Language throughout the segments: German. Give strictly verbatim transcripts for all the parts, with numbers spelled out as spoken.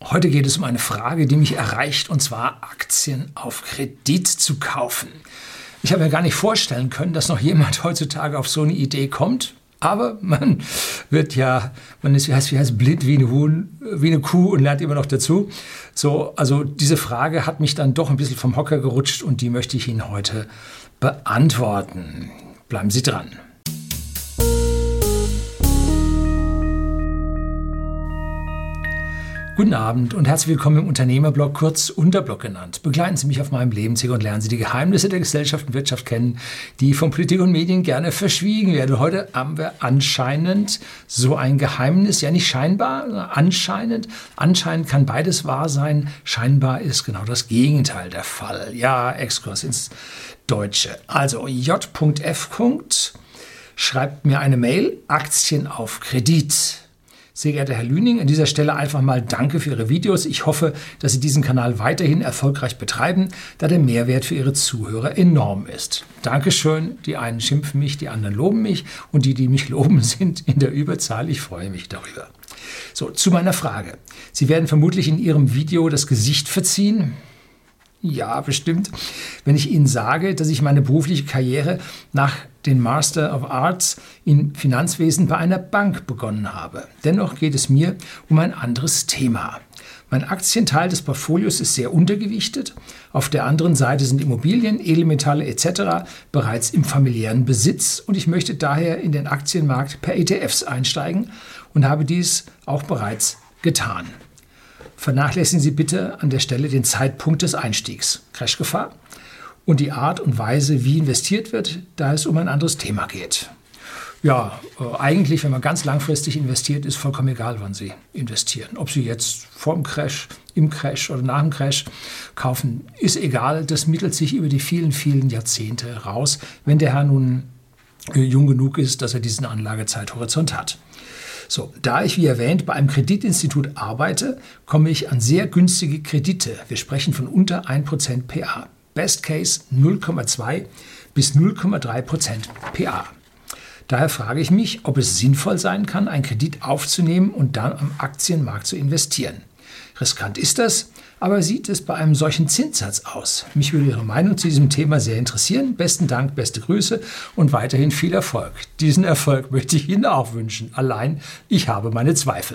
Heute geht es um eine Frage, die mich erreicht, und zwar Aktien auf Kredit zu kaufen. Ich habe mir gar nicht vorstellen können, dass noch jemand heutzutage auf so eine Idee kommt. Aber man wird ja, man ist, wie heißt, wie heißt blind wie eine, Huhn, wie eine Kuh und lernt immer noch dazu. So, also diese Frage hat mich dann doch ein bisschen vom Hocker gerutscht und die möchte ich Ihnen heute beantworten. Bleiben Sie dran. Guten Abend und herzlich willkommen im Unternehmerblog, kurz Unterblog genannt. Begleiten Sie mich auf meinem Lebensweg und lernen Sie die Geheimnisse der Gesellschaft und Wirtschaft kennen, die von Politik und Medien gerne verschwiegen werden. Heute haben wir anscheinend so ein Geheimnis, ja nicht scheinbar, sondern anscheinend. Anscheinend kann beides wahr sein, scheinbar ist genau das Gegenteil der Fall. Ja, Exkurs ins Deutsche. Also J F. schreibt mir eine Mail, Aktien auf Kredit. Sehr geehrter Herr Lüning, an dieser Stelle einfach mal danke für Ihre Videos. Ich hoffe, dass Sie diesen Kanal weiterhin erfolgreich betreiben, da der Mehrwert für Ihre Zuhörer enorm ist. Dankeschön. Die einen schimpfen mich, die anderen loben mich und die, die mich loben, sind in der Überzahl. Ich freue mich darüber. So, zu meiner Frage. Sie werden vermutlich in Ihrem Video das Gesicht verziehen. Ja, bestimmt. Wenn ich Ihnen sage, dass ich meine berufliche Karriere nach den Master of Arts in Finanzwesen bei einer Bank begonnen habe. Dennoch geht es mir um ein anderes Thema. Mein Aktienteil des Portfolios ist sehr untergewichtet. Auf der anderen Seite sind Immobilien, Edelmetalle et cetera bereits im familiären Besitz und ich möchte daher in den Aktienmarkt per E T Fs einsteigen und habe dies auch bereits getan. Vernachlässigen Sie bitte an der Stelle den Zeitpunkt des Einstiegs, Crashgefahr, und die Art und Weise, wie investiert wird, da es um ein anderes Thema geht. Ja, äh, eigentlich, wenn man ganz langfristig investiert, ist vollkommen egal, wann Sie investieren. Ob Sie jetzt vor dem Crash, im Crash oder nach dem Crash kaufen, ist egal. Das mittelt sich über die vielen, vielen Jahrzehnte raus, wenn der Herr nun äh, jung genug ist, dass er diesen Anlagezeithorizont hat. So, da ich, wie erwähnt, bei einem Kreditinstitut arbeite, komme ich an sehr günstige Kredite. Wir sprechen von unter ein Prozent P A. Best Case null Komma zwei bis null Komma drei Prozent P A. Daher frage ich mich, ob es sinnvoll sein kann, einen Kredit aufzunehmen und dann am Aktienmarkt zu investieren. Riskant ist das, aber sieht es bei einem solchen Zinssatz aus? Mich würde Ihre Meinung zu diesem Thema sehr interessieren. Besten Dank, beste Grüße und weiterhin viel Erfolg. Diesen Erfolg möchte ich Ihnen auch wünschen. Allein, ich habe meine Zweifel.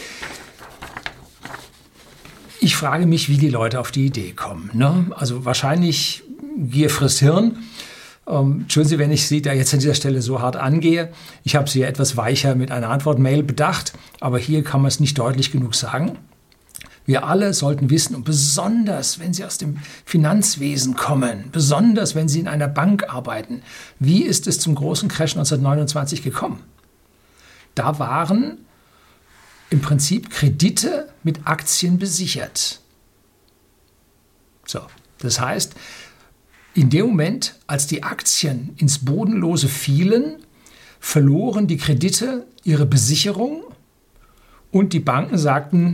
Ich frage mich, wie die Leute auf die Idee kommen. Ne? Also wahrscheinlich Gier frisst Hirn. Ähm, Entschuldigen Sie, wenn ich Sie da jetzt an dieser Stelle so hart angehe. Ich habe Sie ja etwas weicher mit einer Antwortmail bedacht, aber hier kann man es nicht deutlich genug sagen. Wir alle sollten wissen, und besonders wenn Sie aus dem Finanzwesen kommen, besonders wenn Sie in einer Bank arbeiten, wie ist es zum großen Crash neunzehnhundertneunundzwanzig gekommen? Da waren im Prinzip Kredite mit Aktien besichert. So, das heißt, in dem Moment, als die Aktien ins Bodenlose fielen, verloren die Kredite ihre Besicherung und die Banken sagten,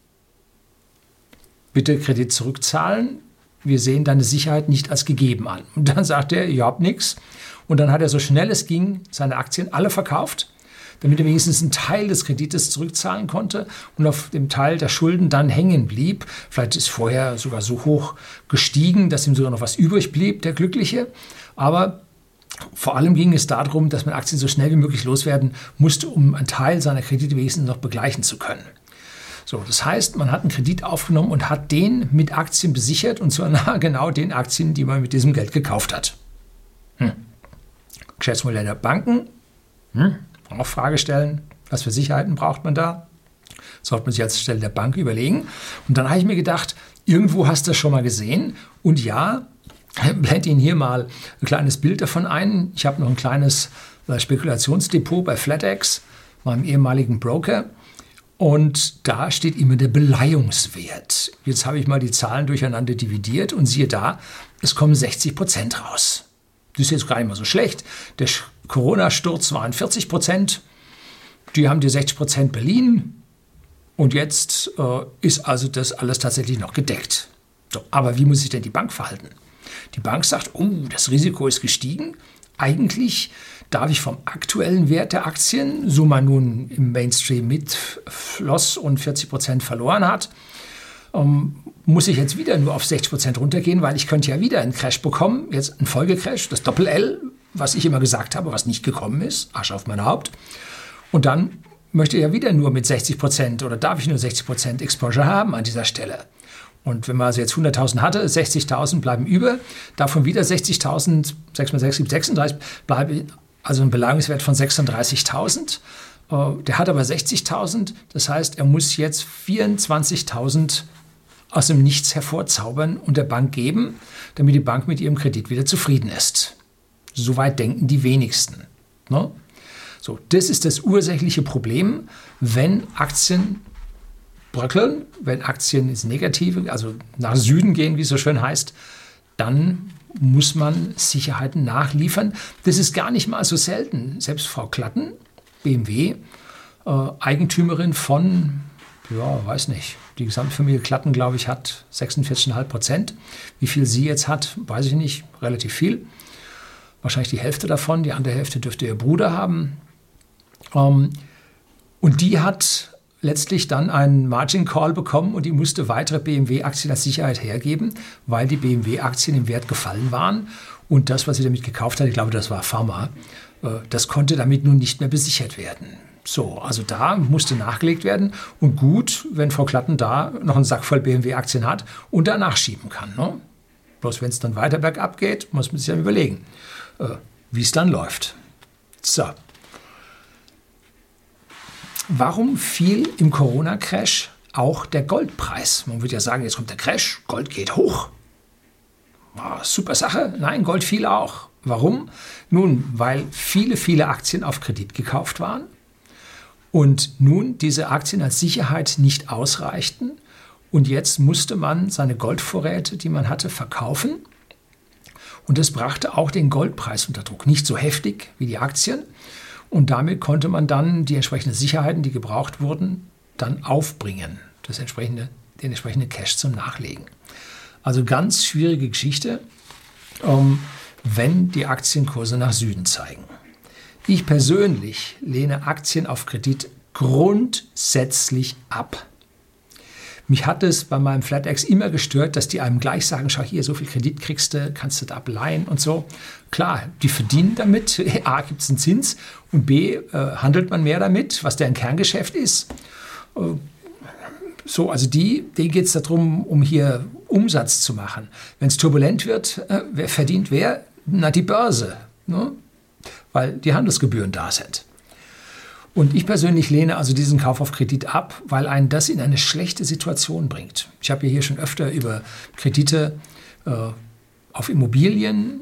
bitte Kredit zurückzahlen, wir sehen deine Sicherheit nicht als gegeben an. Und dann sagt er, ihr habt nichts. Und dann hat er so schnell es ging seine Aktien alle verkauft, damit er wenigstens einen Teil des Kredites zurückzahlen konnte und auf dem Teil der Schulden dann hängen blieb. Vielleicht ist vorher sogar so hoch gestiegen, dass ihm sogar noch was übrig blieb, der Glückliche. Aber vor allem ging es darum, dass man Aktien so schnell wie möglich loswerden musste, um einen Teil seiner Kredite wenigstens noch begleichen zu können. So, das heißt, man hat einen Kredit aufgenommen und hat den mit Aktien besichert, und zwar genau den Aktien, die man mit diesem Geld gekauft hat. Hm. Geschäftsmodell der Banken, hm. auch Frage stellen, was für Sicherheiten braucht man da? Sollte man sich als Stelle der Bank überlegen. Und dann habe ich mir gedacht, irgendwo hast du das schon mal gesehen. Und ja, ich blende Ihnen hier mal ein kleines Bild davon ein. Ich habe noch ein kleines Spekulationsdepot bei FlatEx, meinem ehemaligen Broker. Und da steht immer der Beleihungswert. Jetzt habe ich mal die Zahlen durcheinander dividiert und siehe da, es kommen sechzig Prozent raus. Das ist jetzt gar nicht mal so schlecht. Der Corona-Sturz waren vierzig Prozent. Die haben die sechzig Prozent beliehen. Und jetzt äh, ist also das alles tatsächlich noch gedeckt. So, aber wie muss sich denn die Bank verhalten? Die Bank sagt, oh, das Risiko ist gestiegen. Eigentlich darf ich vom aktuellen Wert der Aktien, so man nun im Mainstream mitfloss und vierzig Prozent verloren hat, ähm, muss ich jetzt wieder nur auf sechzig Prozent runtergehen, weil ich könnte ja wieder einen Crash bekommen, jetzt einen Folgecrash, das Doppel-L, was ich immer gesagt habe, was nicht gekommen ist, Asche auf mein Haupt. Und dann möchte ich ja wieder nur mit sechzig Prozent oder darf ich nur sechzig Prozent Exposure haben an dieser Stelle. Und wenn man also jetzt hunderttausend hatte, sechzigtausend bleiben über, davon wieder sechzigtausend, sechs mal sechs gibt sechsunddreißig, bleibe also ein Belagerungswert von sechsunddreißigtausend. Der hat aber sechzigtausend, das heißt, er muss jetzt vierundzwanzigtausend aus dem Nichts hervorzaubern und der Bank geben, damit die Bank mit ihrem Kredit wieder zufrieden ist. Soweit denken die wenigsten. Ne? So, das ist das ursächliche Problem, wenn Aktien bröckeln, wenn Aktien ins Negative, also nach Süden gehen, wie es so schön heißt, dann muss man Sicherheiten nachliefern. Das ist gar nicht mal so selten. Selbst Frau Klatten, B M W, äh, Eigentümerin von, ja, weiß nicht, die Gesamtfamilie Klatten, glaube ich, hat sechsundvierzig Komma fünf Prozent. Wie viel sie jetzt hat, weiß ich nicht, relativ viel. Wahrscheinlich die Hälfte davon, die andere Hälfte dürfte ihr Bruder haben. Ähm, und die hat letztlich dann einen Margin Call bekommen und die musste weitere B M W-Aktien als Sicherheit hergeben, weil die B M W-Aktien im Wert gefallen waren. Und das, was sie damit gekauft hat, ich glaube, das war Pharma, das konnte damit nun nicht mehr besichert werden. So, also da musste nachgelegt werden. Und gut, wenn Frau Klatten da noch einen Sack voll B M W-Aktien hat und da nachschieben kann. Ne? Bloß wenn es dann weiter bergab geht, muss man sich ja überlegen, wie es dann läuft. So. Warum fiel im Corona-Crash auch der Goldpreis? Man würde ja sagen, jetzt kommt der Crash, Gold geht hoch. Oh, super Sache. Nein, Gold fiel auch. Warum? Nun, weil viele, viele Aktien auf Kredit gekauft waren und nun diese Aktien als Sicherheit nicht ausreichten und jetzt musste man seine Goldvorräte, die man hatte, verkaufen und das brachte auch den Goldpreis unter Druck. Nicht so heftig wie die Aktien. Und damit konnte man dann die entsprechenden Sicherheiten, die gebraucht wurden, dann aufbringen. Das entsprechende, den entsprechenden Cash zum Nachlegen. Also ganz schwierige Geschichte, ähm, wenn die Aktienkurse nach Süden zeigen. Ich persönlich lehne Aktien auf Kredit grundsätzlich ab. Mich hat es bei meinem FlatEx immer gestört, dass die einem gleich sagen, schau hier, so viel Kredit kriegst du, kannst du da ableihen und so. Klar, die verdienen damit, A, gibt es einen Zins und B, äh, handelt man mehr damit, was deren Kerngeschäft ist. Äh, so, also die, denen geht es darum, um hier Umsatz zu machen. Wenn es turbulent wird, äh, wer verdient wer? Na, die Börse, ne? Weil die Handelsgebühren da sind. Und ich persönlich lehne also diesen Kauf auf Kredit ab, weil einen das in eine schlechte Situation bringt. Ich habe ja hier schon öfter über Kredite äh, auf Immobilien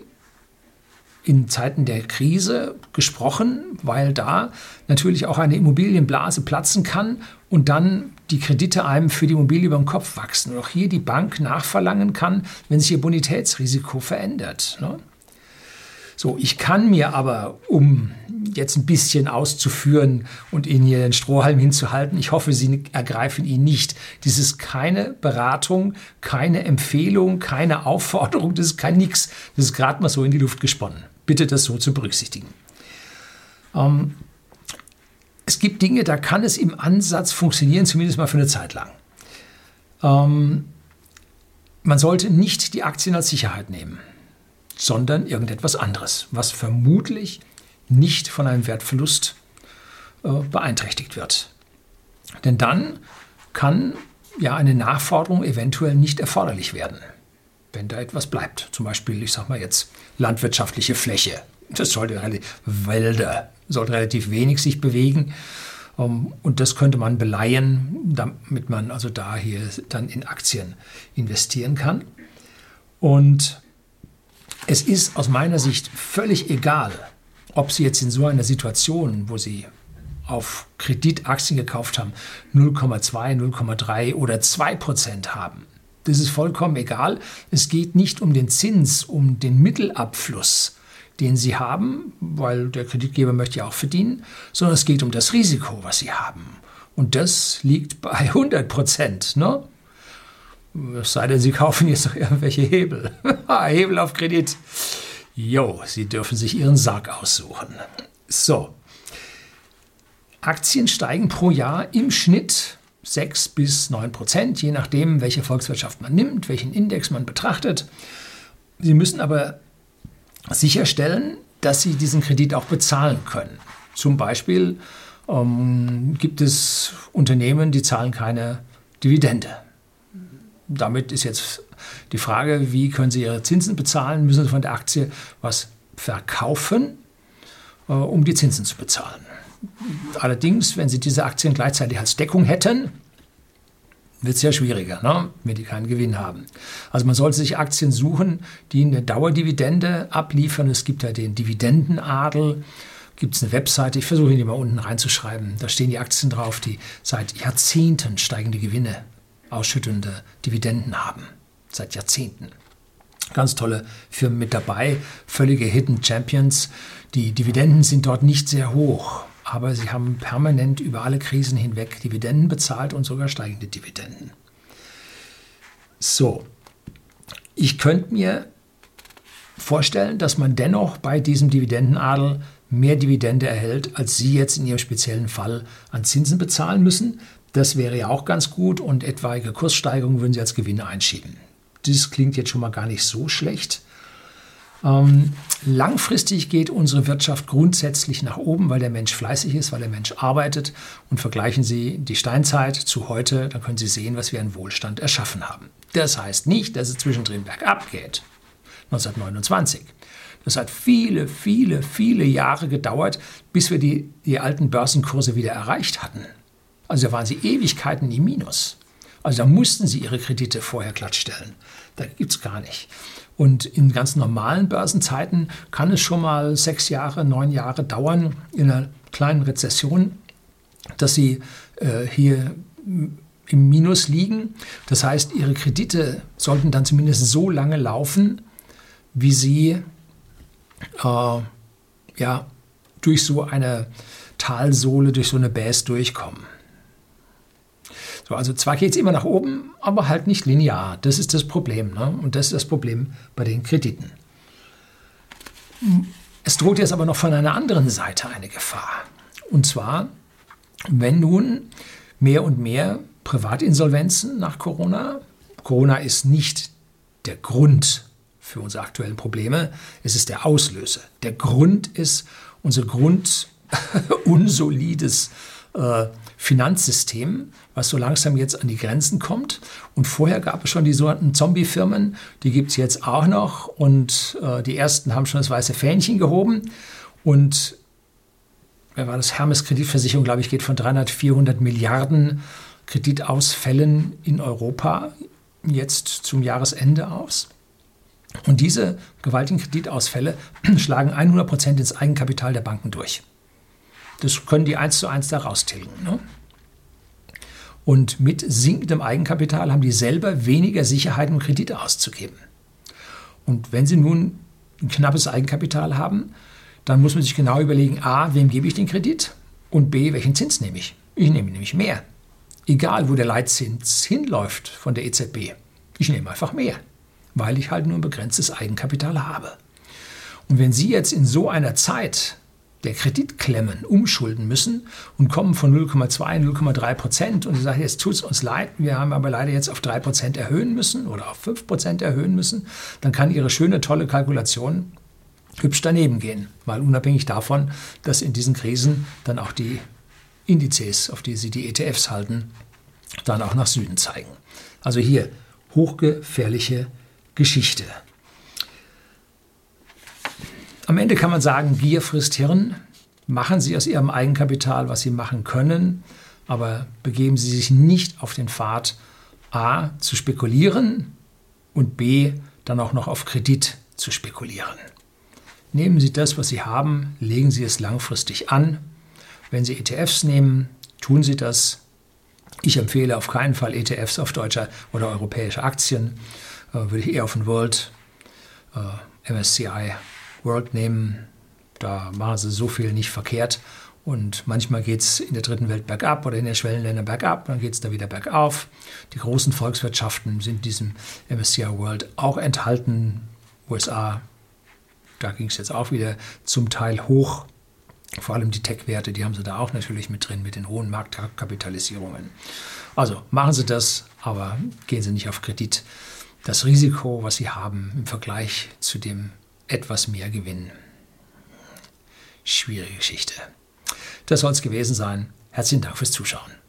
in Zeiten der Krise gesprochen, weil da natürlich auch eine Immobilienblase platzen kann und dann die Kredite einem für die Immobilie über den Kopf wachsen. Und auch hier die Bank nachverlangen kann, wenn sich ihr Bonitätsrisiko verändert. Ne? So, ich kann mir aber, um jetzt ein bisschen auszuführen und Ihnen hier den Strohhalm hinzuhalten, ich hoffe, Sie ergreifen ihn nicht. Dies ist keine Beratung, keine Empfehlung, keine Aufforderung, das ist kein Nix. Das ist gerade mal so in die Luft gesponnen. Bitte das so zu berücksichtigen. Ähm, es gibt Dinge, da kann es im Ansatz funktionieren, zumindest mal für eine Zeit lang. Ähm, man sollte nicht die Aktien als Sicherheit nehmen, sondern irgendetwas anderes, was vermutlich nicht von einem Wertverlust äh, beeinträchtigt wird. Denn dann kann ja eine Nachforderung eventuell nicht erforderlich werden, wenn da etwas bleibt. Zum Beispiel, ich sage mal jetzt, landwirtschaftliche Fläche. Das sollte relativ, Wälder, sollte relativ wenig sich bewegen. Um, und das könnte man beleihen, damit man also da hier dann in Aktien investieren kann. Und es ist aus meiner Sicht völlig egal, ob Sie jetzt in so einer Situation, wo Sie auf Kredit Aktien gekauft haben, null Komma zwei, null Komma drei oder zwei Prozent haben. Das ist vollkommen egal. Es geht nicht um den Zins, um den Mittelabfluss, den Sie haben, weil der Kreditgeber möchte ja auch verdienen, sondern es geht um das Risiko, was Sie haben. Und das liegt bei hundert Prozent. Ne? Es sei denn, Sie kaufen jetzt noch irgendwelche Hebel. Hebel auf Kredit. Jo, Sie dürfen sich Ihren Sarg aussuchen. So, Aktien steigen pro Jahr im Schnitt sechs bis neun Prozent, je nachdem, welche Volkswirtschaft man nimmt, welchen Index man betrachtet. Sie müssen aber sicherstellen, dass Sie diesen Kredit auch bezahlen können. Zum Beispiel ähm, gibt es Unternehmen, die zahlen keine Dividende. Damit ist jetzt die Frage, wie können Sie Ihre Zinsen bezahlen? Müssen Sie von der Aktie was verkaufen, äh, um die Zinsen zu bezahlen? Allerdings, wenn Sie diese Aktien gleichzeitig als Deckung hätten, wird es ja schwieriger, ne? Wenn die keinen Gewinn haben. Also man sollte sich Aktien suchen, die eine Dauerdividende abliefern. Es gibt ja den Dividendenadel. Gibt es eine Webseite, ich versuche die mal unten reinzuschreiben. Da stehen die Aktien drauf, die seit Jahrzehnten steigende Gewinne, ausschüttende Dividenden haben. Seit Jahrzehnten. Ganz tolle Firmen mit dabei, völlige Hidden Champions. Die Dividenden sind dort nicht sehr hoch, aber sie haben permanent über alle Krisen hinweg Dividenden bezahlt und sogar steigende Dividenden. So, ich könnte mir vorstellen, dass man dennoch bei diesem Dividendenadel mehr Dividende erhält, als Sie jetzt in Ihrem speziellen Fall an Zinsen bezahlen müssen. Das wäre ja auch ganz gut und etwaige Kurssteigerungen würden Sie als Gewinne einschieben. Das klingt jetzt schon mal gar nicht so schlecht. Ähm, langfristig geht unsere Wirtschaft grundsätzlich nach oben, weil der Mensch fleißig ist, weil der Mensch arbeitet. Und vergleichen Sie die Steinzeit zu heute, dann können Sie sehen, was wir an Wohlstand erschaffen haben. Das heißt nicht, dass es zwischendrin bergab geht. neunzehnhundertneunundzwanzig. Das hat viele, viele, viele Jahre gedauert, bis wir die, die alten Börsenkurse wieder erreicht hatten. Also da waren sie Ewigkeiten im Minus. Also da mussten sie ihre Kredite vorher glattstellen. Da gibt es gar nicht. Und in ganz normalen Börsenzeiten kann es schon mal sechs Jahre, neun Jahre dauern, in einer kleinen Rezession, dass sie äh, hier im Minus liegen. Das heißt, ihre Kredite sollten dann zumindest so lange laufen, wie sie äh, ja, durch so eine Talsohle, durch so eine Base durchkommen. So, also zwar geht es immer nach oben, aber halt nicht linear. Das ist das Problem, ne? Und das ist das Problem bei den Krediten. Es droht jetzt aber noch von einer anderen Seite eine Gefahr. Und zwar, wenn nun mehr und mehr Privatinsolvenzen nach Corona, Corona ist nicht der Grund für unsere aktuellen Probleme, es ist der Auslöser. Der Grund ist unser grundunsolides äh, Finanzsystem, was so langsam jetzt an die Grenzen kommt. Und vorher gab es schon die sogenannten Zombie-Firmen, die gibt es jetzt auch noch. Und äh, die ersten haben schon das weiße Fähnchen gehoben. Und wer war das? Hermes Kreditversicherung, glaube ich, geht von dreihundert, vierhundert Milliarden Kreditausfällen in Europa jetzt zum Jahresende aus. Und diese gewaltigen Kreditausfälle schlagen hundert Prozent ins Eigenkapital der Banken durch. Das können die eins zu eins da raustilgen. Ne? Und mit sinkendem Eigenkapital haben die selber weniger Sicherheit, um Kredite auszugeben. Und wenn sie nun ein knappes Eigenkapital haben, dann muss man sich genau überlegen, a, wem gebe ich den Kredit und b, welchen Zins nehme ich? Ich nehme nämlich mehr. Egal, wo der Leitzins hinläuft von der E Z B. Ich nehme einfach mehr, weil ich halt nur ein begrenztes Eigenkapital habe. Und wenn Sie jetzt in so einer Zeit der Kreditklemmen umschulden müssen und kommen von null Komma zwei, null Komma drei Prozent und Sie sagen, jetzt tut es uns leid, wir haben aber leider jetzt auf drei Prozent erhöhen müssen oder auf fünf Prozent erhöhen müssen, dann kann Ihre schöne, tolle Kalkulation hübsch daneben gehen, weil unabhängig davon, dass in diesen Krisen dann auch die Indizes, auf die Sie die E T Fs halten, dann auch nach Süden zeigen. Also hier hochgefährliche Geschichte. Am Ende kann man sagen, Gier frisst Hirn. Machen Sie aus Ihrem Eigenkapital, was Sie machen können, aber begeben Sie sich nicht auf den Pfad, a, zu spekulieren und b, dann auch noch auf Kredit zu spekulieren. Nehmen Sie das, was Sie haben, legen Sie es langfristig an. Wenn Sie E T Fs nehmen, tun Sie das. Ich empfehle auf keinen Fall E T Fs auf deutsche oder europäische Aktien. Äh, würde ich eher auf den World, äh, M S C I World nehmen. Da machen Sie so viel nicht verkehrt. Und manchmal geht es in der dritten Welt bergab oder in den Schwellenländern bergab, dann geht es da wieder bergauf. Die großen Volkswirtschaften sind in diesem M S C I World auch enthalten. U S A, da ging es jetzt auch wieder zum Teil hoch. Vor allem die Tech-Werte, die haben sie da auch natürlich mit drin, mit den hohen Marktkapitalisierungen. Also machen Sie das, aber gehen Sie nicht auf Kredit. Das Risiko, was Sie haben im Vergleich zu dem etwas mehr Gewinn. Schwierige Geschichte. Das soll es gewesen sein. Herzlichen Dank fürs Zuschauen.